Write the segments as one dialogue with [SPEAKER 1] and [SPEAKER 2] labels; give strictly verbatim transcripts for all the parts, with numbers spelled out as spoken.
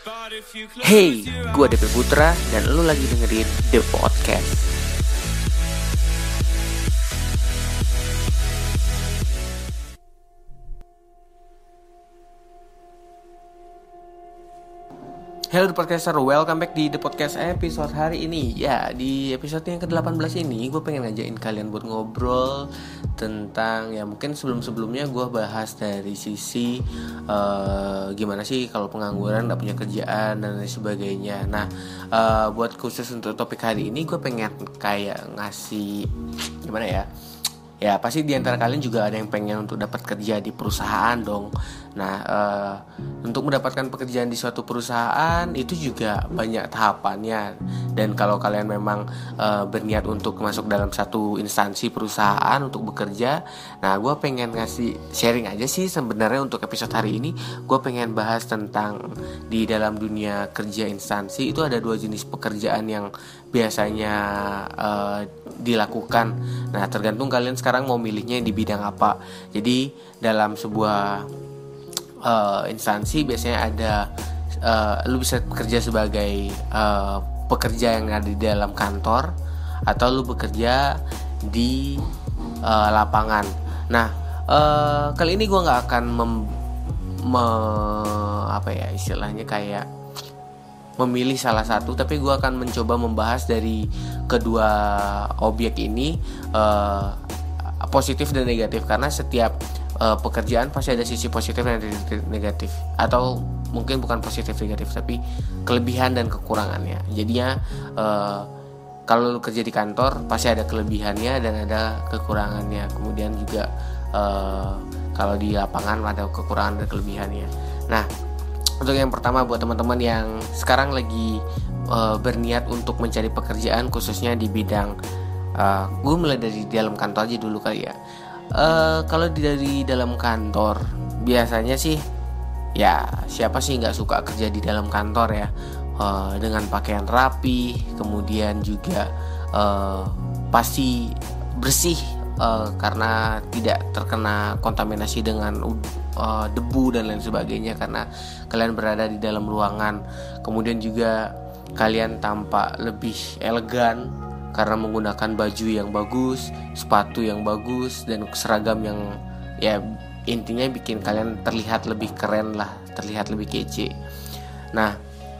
[SPEAKER 1] Hey, gue D P Putra dan lu lagi dengerin The Podcast. Halo The Podcaster, welcome back di The Podcast episode hari ini. Ya, di episode yang ke delapan belas ini gue pengen ngajakin kalian buat ngobrol tentang, ya mungkin sebelum-sebelumnya gue bahas dari sisi uh, gimana sih kalau pengangguran, gak punya kerjaan dan lain sebagainya. Nah, uh, buat khusus untuk topik hari ini gue pengen kayak ngasih, gimana ya, ya pasti di antara kalian juga ada yang pengen untuk dapat kerja di perusahaan dong. Nah, uh, untuk mendapatkan pekerjaan di suatu perusahaan itu juga banyak tahapannya. Dan kalau kalian memang uh, berniat untuk masuk dalam satu instansi perusahaan untuk bekerja, nah gue pengen ngasih sharing aja sih sebenarnya untuk episode hari ini. Gue pengen bahas tentang di dalam dunia kerja instansi itu ada dua jenis pekerjaan yang biasanya uh, dilakukan. Nah, tergantung kalian sekarang mau milihnya di bidang apa. Jadi dalam sebuah Uh, instansi biasanya ada uh, lu bisa bekerja sebagai uh, pekerja yang ada di dalam kantor atau lu bekerja di uh, lapangan. Nah, uh, kali ini gue nggak akan mem, me, apa ya istilahnya kayak memilih salah satu, tapi gue akan mencoba membahas dari kedua objek ini, uh, positif dan negatif, karena setiap Uh, pekerjaan pasti ada sisi positif dan negatif, atau mungkin bukan positif negatif tapi kelebihan dan kekurangannya. Jadinya uh, kalau lu kerja di kantor pasti ada kelebihannya dan ada kekurangannya. Kemudian juga uh, kalau di lapangan ada kekurangan dan kelebihannya. Nah, untuk yang pertama buat teman-teman yang sekarang lagi uh, berniat untuk mencari pekerjaan khususnya di bidang uh, gue mulai dari dalam kantor aja dulu kali ya. Uh, kalau dari dalam kantor biasanya sih, ya siapa sih nggak suka kerja di dalam kantor ya, uh, dengan pakaian rapi, kemudian juga uh, pasti bersih uh, karena tidak terkena kontaminasi dengan uh, debu dan lain sebagainya karena kalian berada di dalam ruangan. Kemudian juga kalian tampak lebih elegan karena menggunakan baju yang bagus, sepatu yang bagus, dan seragam yang ya intinya bikin kalian terlihat lebih keren lah, terlihat lebih kece. Nah,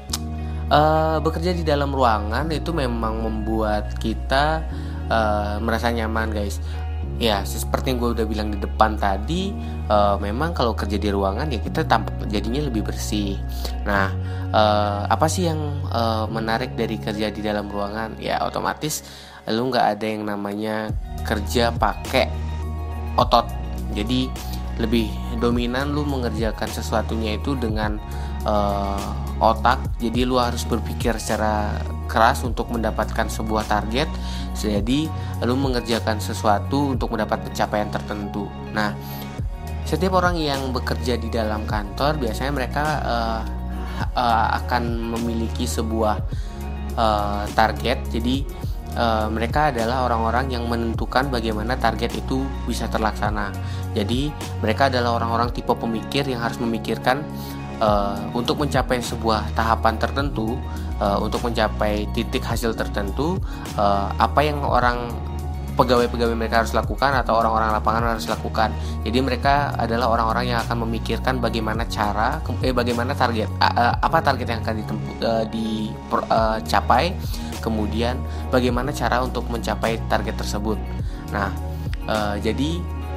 [SPEAKER 1] uh, bekerja di dalam ruangan itu memang membuat kita uh, merasa nyaman, guys. Ya, seperti yang gue udah bilang di depan tadi, uh, memang kalau kerja di ruangan ya kita tampak jadinya lebih bersih. Nah, uh, apa sih yang uh, menarik dari kerja di dalam ruangan? Ya otomatis lu nggak ada yang namanya kerja pakai otot. Jadi lebih dominan lu mengerjakan sesuatunya itu dengan uh, otak. Jadi lu harus berpikir secara keras untuk mendapatkan sebuah target. Jadi lu mengerjakan sesuatu untuk mendapat pencapaian tertentu. Nah, setiap orang yang bekerja di dalam kantor biasanya mereka uh, uh, akan memiliki sebuah uh, target. Jadi uh, mereka adalah orang-orang yang menentukan bagaimana target itu bisa terlaksana. Jadi mereka adalah orang-orang tipe pemikir yang harus memikirkan uh, untuk mencapai sebuah tahapan tertentu, uh, untuk mencapai titik hasil tertentu, uh, apa yang orang pegawai-pegawai mereka harus lakukan atau orang-orang lapangan harus lakukan. Jadi mereka adalah orang-orang yang akan memikirkan bagaimana cara, eh, bagaimana target, uh, apa target yang akan ditempuh, uh, dicapai, uh, kemudian bagaimana cara untuk mencapai target tersebut. Nah, uh, jadi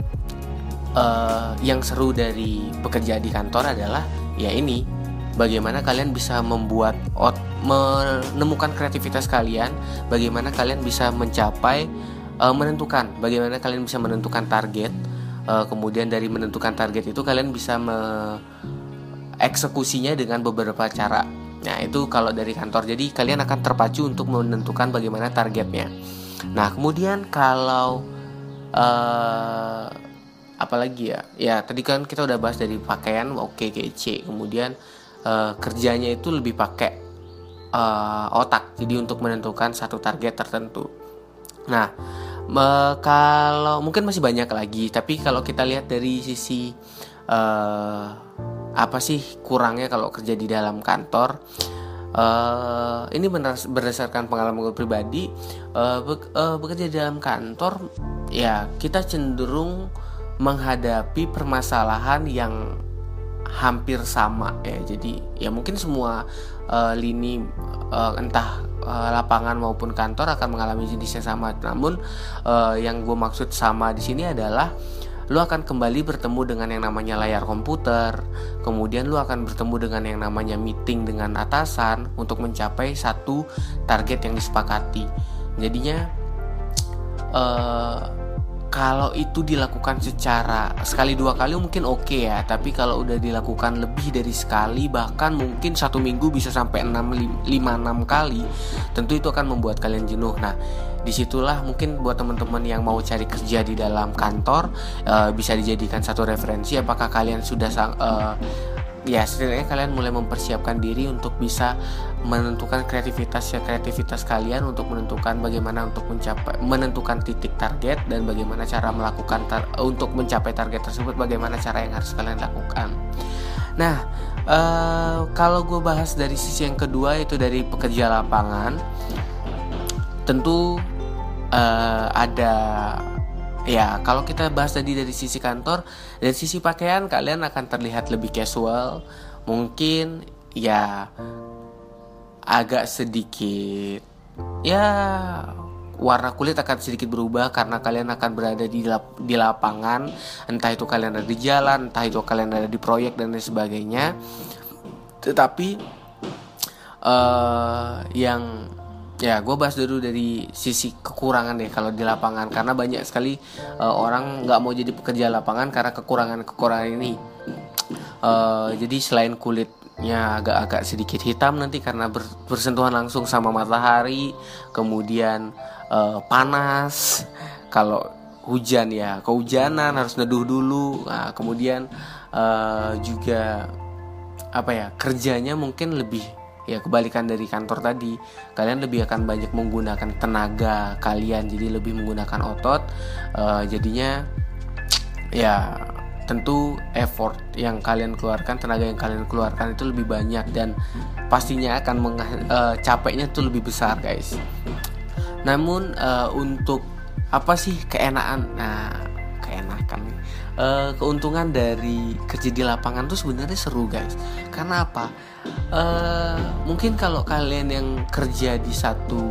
[SPEAKER 1] uh, yang seru dari pekerjaan di kantor adalah ya ini, bagaimana kalian bisa membuat ot, menemukan kreativitas kalian, bagaimana kalian bisa mencapai Uh, menentukan bagaimana kalian bisa menentukan target, uh, kemudian dari menentukan target itu kalian bisa mengeksekusinya dengan beberapa cara. Nah, itu kalau dari kantor. Jadi kalian akan terpacu untuk menentukan bagaimana targetnya. Nah, kemudian kalau uh, apalagi ya ya tadi kan kita udah bahas dari pakaian, oke okay, kece. Kemudian uh, kerjanya itu lebih pakai uh, otak, jadi untuk menentukan satu target tertentu. Nah, me, kalau mungkin masih banyak lagi, tapi kalau kita lihat dari sisi uh, apa sih kurangnya kalau kerja di dalam kantor. Uh, ini benar berdasarkan pengalaman gue pribadi. uh, be- uh, bekerja di dalam kantor, ya kita cenderung menghadapi permasalahan yang hampir sama ya. Jadi ya mungkin semua uh, lini uh, entah uh, lapangan maupun kantor akan mengalami jenis yang sama. Namun uh, yang gue maksud sama di sini adalah lu akan kembali bertemu dengan yang namanya layar komputer, kemudian lu akan bertemu dengan yang namanya meeting dengan atasan untuk mencapai satu target yang disepakati. Jadinya uh, kalau itu dilakukan secara sekali dua kali mungkin oke okay ya, tapi kalau udah dilakukan lebih dari sekali, bahkan mungkin satu minggu bisa sampai enam, lima, enam kali, tentu itu akan membuat kalian jenuh. Nah, disitulah mungkin buat teman-teman yang mau cari kerja di dalam kantor, uh, bisa dijadikan satu referensi. Apakah kalian sudah sang, uh, ya setidaknya kalian mulai mempersiapkan diri untuk bisa menentukan kreativitas ya kreativitas kalian untuk menentukan bagaimana untuk mencapai menentukan titik target dan bagaimana cara melakukan tar, untuk mencapai target tersebut, bagaimana cara yang harus kalian lakukan. Nah, uh, kalau gue bahas dari sisi yang kedua, itu dari pekerja lapangan, tentu uh, ada ya, kalau kita bahas tadi dari sisi kantor, dari sisi pakaian kalian akan terlihat lebih casual, mungkin ya agak sedikit ya warna kulit akan sedikit berubah karena kalian akan berada di lap, di lapangan, entah itu kalian ada di jalan, entah itu kalian ada di proyek dan lain sebagainya. Tetapi uh, yang ya gue bahas dulu dari sisi kekurangan deh kalau di lapangan, karena banyak sekali uh, orang nggak mau jadi pekerja lapangan karena kekurangan-kekurangan ini. Uh, jadi selain kulitnya agak-agak sedikit hitam nanti karena ber, bersentuhan langsung sama matahari, kemudian uh, panas, kalau hujan ya kehujanan harus neduh dulu. Nah, kemudian uh, juga apa ya, kerjanya mungkin lebih ya kebalikan dari kantor tadi, kalian lebih akan banyak menggunakan tenaga kalian, jadi lebih menggunakan otot. uh, jadinya ya tentu effort yang kalian keluarkan, tenaga yang kalian keluarkan itu lebih banyak dan pastinya akan meng- uh, capeknya tuh lebih besar guys. Namun uh, untuk apa sih keenakan, nah keenakan uh, keuntungan dari kerja di lapangan tuh sebenarnya seru guys. Karena apa? Uh, mungkin kalau kalian yang kerja di satu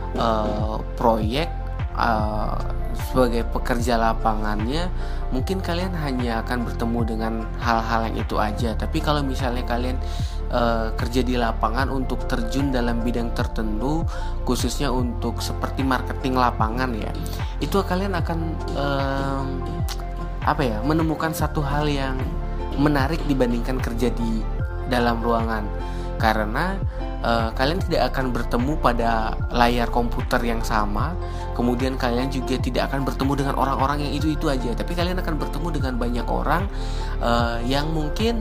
[SPEAKER 1] uh, proyek uh, sebagai pekerja lapangannya, mungkin kalian hanya akan bertemu dengan hal-hal yang itu aja. Tapi kalau misalnya kalian uh, kerja di lapangan untuk terjun dalam bidang tertentu, khususnya untuk seperti marketing lapangan ya, itu kalian akan um, apa ya, menemukan satu hal yang menarik dibandingkan kerja di dalam ruangan. Karena uh, kalian tidak akan bertemu pada layar komputer yang sama, kemudian kalian juga tidak akan bertemu dengan orang-orang yang itu-itu aja, tapi kalian akan bertemu dengan banyak orang uh, yang mungkin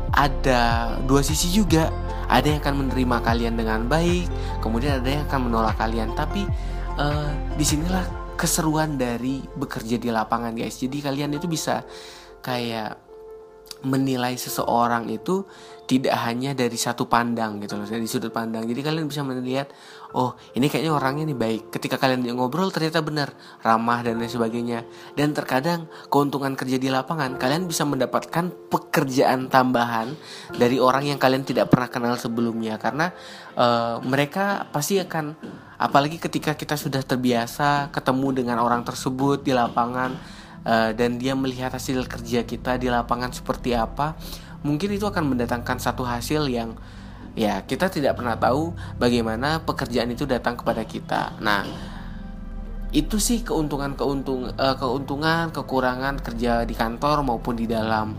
[SPEAKER 1] ada dua sisi juga. Ada yang akan menerima kalian dengan baik, kemudian ada yang akan menolak kalian. Tapi uh, disinilah keseruan dari bekerja di lapangan guys. Jadi kalian itu bisa kayak menilai seseorang itu tidak hanya dari satu pandang gitu loh, dari sudut pandang. Jadi kalian bisa melihat, oh ini kayaknya orangnya nih baik. Ketika kalian ngobrol ternyata benar, ramah dan lain sebagainya. Dan terkadang keuntungan kerja di lapangan, kalian bisa mendapatkan pekerjaan tambahan dari orang yang kalian tidak pernah kenal sebelumnya. Karena uh, mereka pasti akan, apalagi ketika kita sudah terbiasa ketemu dengan orang tersebut di lapangan, Uh, dan dia melihat hasil kerja kita di lapangan seperti apa, mungkin itu akan mendatangkan satu hasil yang ya kita tidak pernah tahu bagaimana pekerjaan itu datang kepada kita. Nah, itu sih keuntungan-keuntung uh, keuntungan kekurangan kerja di kantor maupun di dalam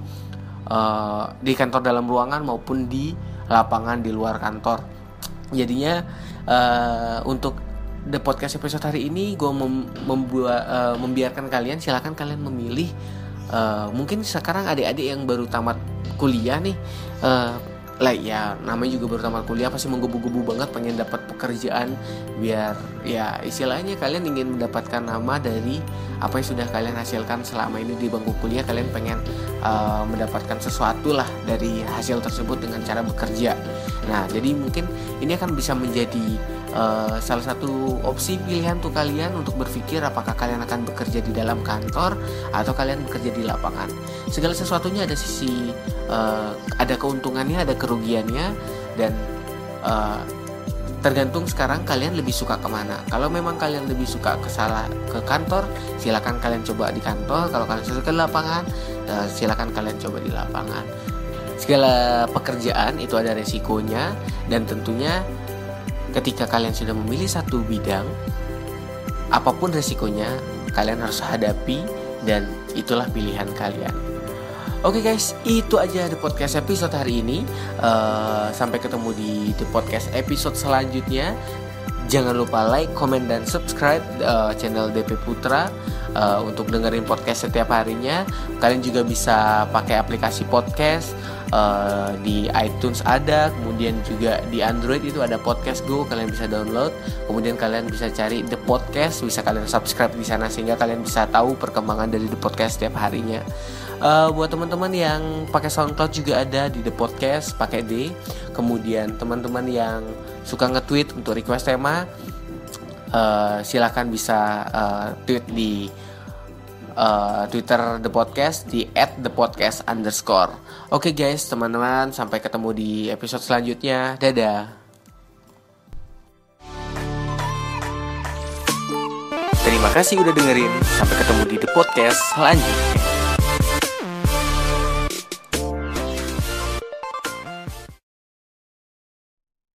[SPEAKER 1] uh, di kantor dalam ruangan maupun di lapangan di luar kantor. Jadinya uh, untuk The Podcast episode hari ini gue mem- membuat uh, membiarkan kalian, silakan kalian memilih. Uh, mungkin sekarang adik-adik yang baru tamat kuliah nih, uh, lah ya, namanya juga baru tamat kuliah pasti menggebu-gebu banget pengen dapat pekerjaan, biar ya istilahnya kalian ingin mendapatkan nama dari apa yang sudah kalian hasilkan selama ini di bangku kuliah. Kalian pengen uh, mendapatkan sesuatu lah dari hasil tersebut dengan cara bekerja. Nah, jadi mungkin ini akan bisa menjadi uh, salah satu opsi pilihan untuk kalian untuk berpikir apakah kalian akan bekerja di dalam kantor atau kalian bekerja di lapangan. Segala sesuatunya ada sisi uh, ada keuntungannya, ada kerugiannya, dan uh, tergantung sekarang kalian lebih suka kemana. Kalau memang kalian lebih suka ke salah ke kantor, silakan kalian coba di kantor. Kalau kalian suka ke lapangan, uh, silakan kalian coba di lapangan. Segala pekerjaan itu ada resikonya, dan tentunya ketika kalian sudah memilih satu bidang, apapun resikonya kalian harus hadapi, dan itulah pilihan kalian. Oke guys, itu aja The Podcast episode hari ini. uh, Sampai ketemu di The Podcast episode selanjutnya. Jangan lupa like, comment, dan subscribe uh, channel D P Putra uh, untuk dengerin podcast setiap harinya. Kalian juga bisa pakai aplikasi podcast, uh, di iTunes ada, kemudian juga di Android itu ada Podcast Go, kalian bisa download. Kemudian kalian bisa cari The Podcast, bisa kalian subscribe di sana sehingga kalian bisa tahu perkembangan dari The Podcast setiap harinya. Uh, buat teman-teman yang pakai SoundCloud juga ada di The Podcast pakai D. Kemudian teman-teman yang suka nge-tweet untuk request tema, uh, silakan bisa uh, tweet di uh, Twitter The Podcast di at the podcast underscore. Oke guys, teman-teman, sampai ketemu di episode selanjutnya. Dadah. Terima kasih udah dengerin. Sampai ketemu di The Podcast selanjutnya.